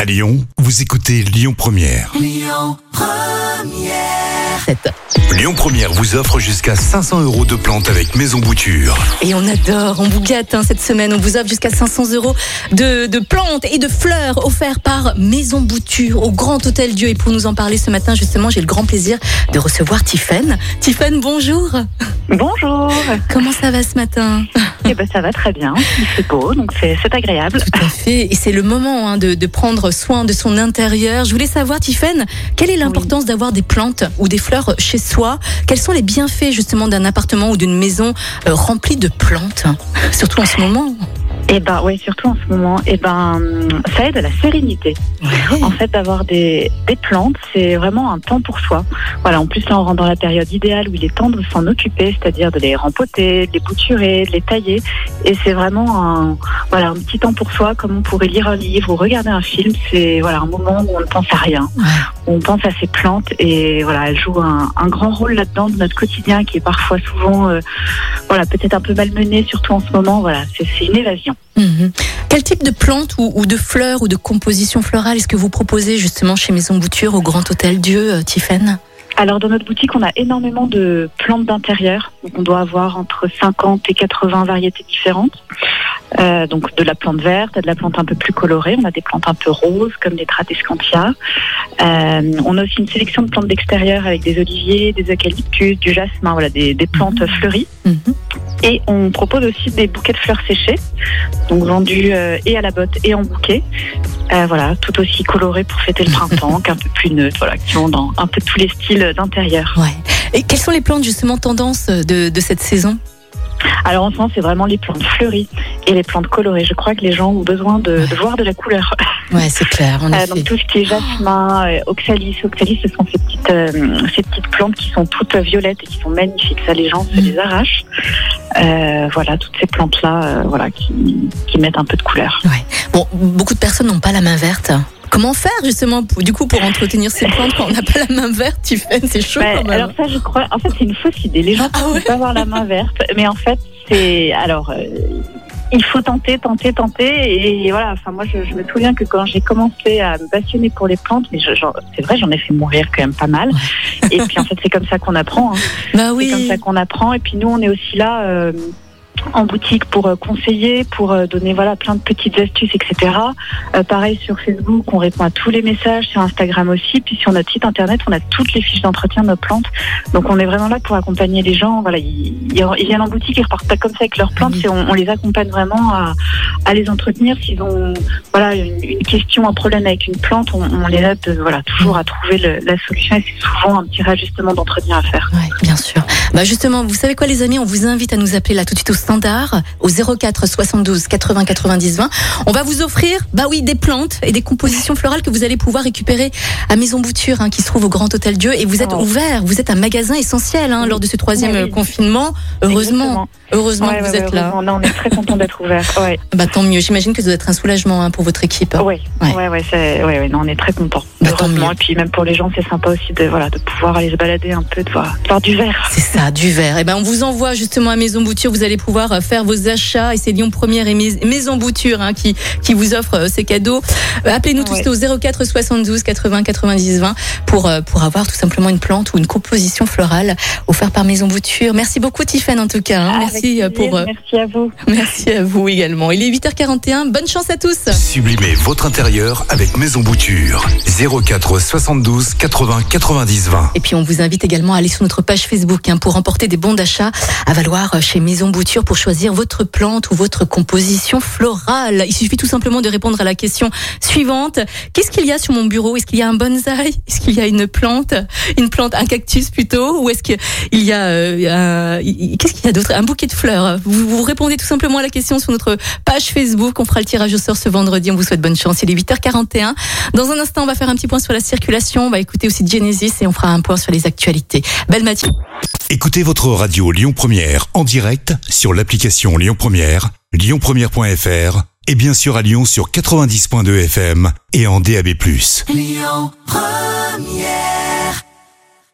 À Lyon, vous écoutez Lyon Première. Lyon Première. Lyon Première vous offre jusqu'à 500 € de plantes avec Maison Bouture. Et on adore, on vous gâte cette semaine. On vous offre jusqu'à 500 € de plantes et de fleurs offerts par Maison Bouture au Grand Hôtel Dieu. Et pour nous en parler ce matin, justement, j'ai le grand plaisir de recevoir Tiffaine. Tiffaine, bonjour. Bonjour. Comment ça va ce matin ? Eh ben, ça va très bien. Il fait beau, donc c'est agréable. Tout à fait. Et c'est le moment de prendre soin de son intérieur. Je voulais savoir, Tiffaine, quelle est l'importance d'avoir des plantes ou des fleurs chez soi ? Quels sont les bienfaits justement d'un appartement ou d'une maison remplie de plantes ? Surtout en ce moment. Eh ben, oui, surtout en ce moment. Eh ben, ça aide à la sérénité. Ouais. En fait, d'avoir des plantes, c'est vraiment un temps pour soi. Voilà. En plus, là, on rentre dans la période idéale où il est temps de s'en occuper, c'est-à-dire de les rempoter, de les bouturer, de les tailler. Et c'est vraiment un petit temps pour soi, comme on pourrait lire un livre ou regarder un film. C'est un moment où on ne pense à rien. Ouais. On pense à ces plantes et elles jouent un grand rôle là-dedans de notre quotidien qui est parfois souvent, peut-être un peu malmené, surtout en ce moment. Voilà, c'est une évasion. Mmh. Quel type de plantes ou de fleurs ou de composition florale est-ce que vous proposez justement chez Maison Bouture au Grand Hôtel Dieu, Tiffaine ? Alors dans notre boutique, on a énormément de plantes d'intérieur. Donc on doit avoir entre 50 et 80 variétés différentes. Donc de la plante verte, de la plante un peu plus colorée. On a des plantes un peu roses comme des Tradescantia. On a aussi une sélection de plantes d'extérieur avec des oliviers, des eucalyptus, du jasmin, des plantes fleuries. Mmh. Et on propose aussi des bouquets de fleurs séchées, donc vendus et à la botte et en bouquet. Tout aussi colorés pour fêter le printemps, qu'un peu plus neutres, qui vont dans un peu tous les styles d'intérieur. Ouais. Et quelles sont les plantes justement tendances de cette saison ? Alors en ce moment, c'est vraiment les plantes fleuries et les plantes colorées. Je crois que les gens ont besoin de voir de la couleur. Ouais, c'est clair, en effet. Donc tout ce qui est jasmin, oxalis. Oxalis, ce sont ces petites plantes qui sont toutes violettes et qui sont magnifiques. Ça, les gens se les arrachent. Toutes ces plantes-là, qui mettent un peu de couleur. Ouais. Bon, beaucoup de personnes n'ont pas la main verte. Comment faire justement pour entretenir ces plantes quand on n'a pas la main verte, Tiffaine ? C'est chaud quand même. Alors ça, je crois, en fait, c'est une fausse idée. Les gens ne peuvent pas avoir la main verte, mais en fait, il faut tenter. Et voilà, moi, je me souviens que quand j'ai commencé à me passionner pour les plantes, mais c'est vrai, j'en ai fait mourir quand même pas mal. Et puis en fait, c'est comme ça qu'on apprend. Bah oui. C'est comme ça qu'on apprend. Et puis nous, on est aussi là en boutique pour conseiller, pour donner plein de petites astuces, etc. Pareil sur Facebook, on répond à tous les messages, sur Instagram aussi. Puis sur notre site internet, on a toutes les fiches d'entretien de nos plantes. Donc on est vraiment là pour accompagner les gens. Ils viennent en boutique, ils repartent pas comme ça avec leurs plantes. Et on les accompagne vraiment à les entretenir. S'ils ont une question, un problème avec une plante, on les aide toujours à trouver la solution. Et c'est souvent un petit réajustement d'entretien à faire. Ouais, bien sûr. Justement, vous savez quoi les amis, on vous invite à nous appeler là tout de suite au standard, au 04 72 80 90 20. On va vous offrir, des plantes et des compositions florales que vous allez pouvoir récupérer à Maison Bouture, qui se trouve au Grand Hôtel Dieu. Et vous êtes ouvert, vous êtes un magasin essentiel lors de ce troisième confinement. Heureusement que vous êtes là. On est très content d'être ouvert. Ouais. Tant mieux. J'imagine que ça doit être un soulagement pour votre équipe. On est très content. Heureusement. Et puis même pour les gens, c'est sympa aussi de pouvoir aller se balader un peu, de voir du vert. C'est ça, du vert. Et on vous envoie justement à Maison Bouture. Vous allez pouvoir faire vos achats et c'est Lyon Première et Maison Bouture qui vous offre ces cadeaux. Appelez-nous tous au 04 72 80 90 20 pour avoir tout simplement une plante ou une composition florale offerte par Maison Bouture. Merci beaucoup Tiffaine en tout cas. Merci à vous. Merci à vous également. Il est 8h41. Bonne chance à tous. Sublimez votre intérieur avec Maison Bouture. 04 72 80 90 20. Et puis on vous invite également à aller sur notre page Facebook pour remporter des bons d'achat à valoir chez Maison Bouture pour choisir votre plante ou votre composition florale. Il suffit tout simplement de répondre à la question suivante. Qu'est-ce qu'il y a sur mon bureau ? Est-ce qu'il y a un bonsaï ? Est-ce qu'il y a une plante, un cactus plutôt ? Ou est-ce qu'il y a qu'est-ce qu'il y a d'autre ? Un bouquet de fleurs. Vous répondez tout simplement à la question sur notre page Facebook. On fera le tirage au sort ce vendredi. On vous souhaite bonne chance. Il est 8h41. Dans un instant, on va faire un petit point sur la circulation. On va écouter aussi Genesis et on fera un point sur les actualités. Belle matinée. Écoutez votre radio Lyon Première en direct sur l'application Lyon Première, lyonpremière.fr et bien sûr à Lyon sur 90.2 FM et en DAB+. Lyon Première.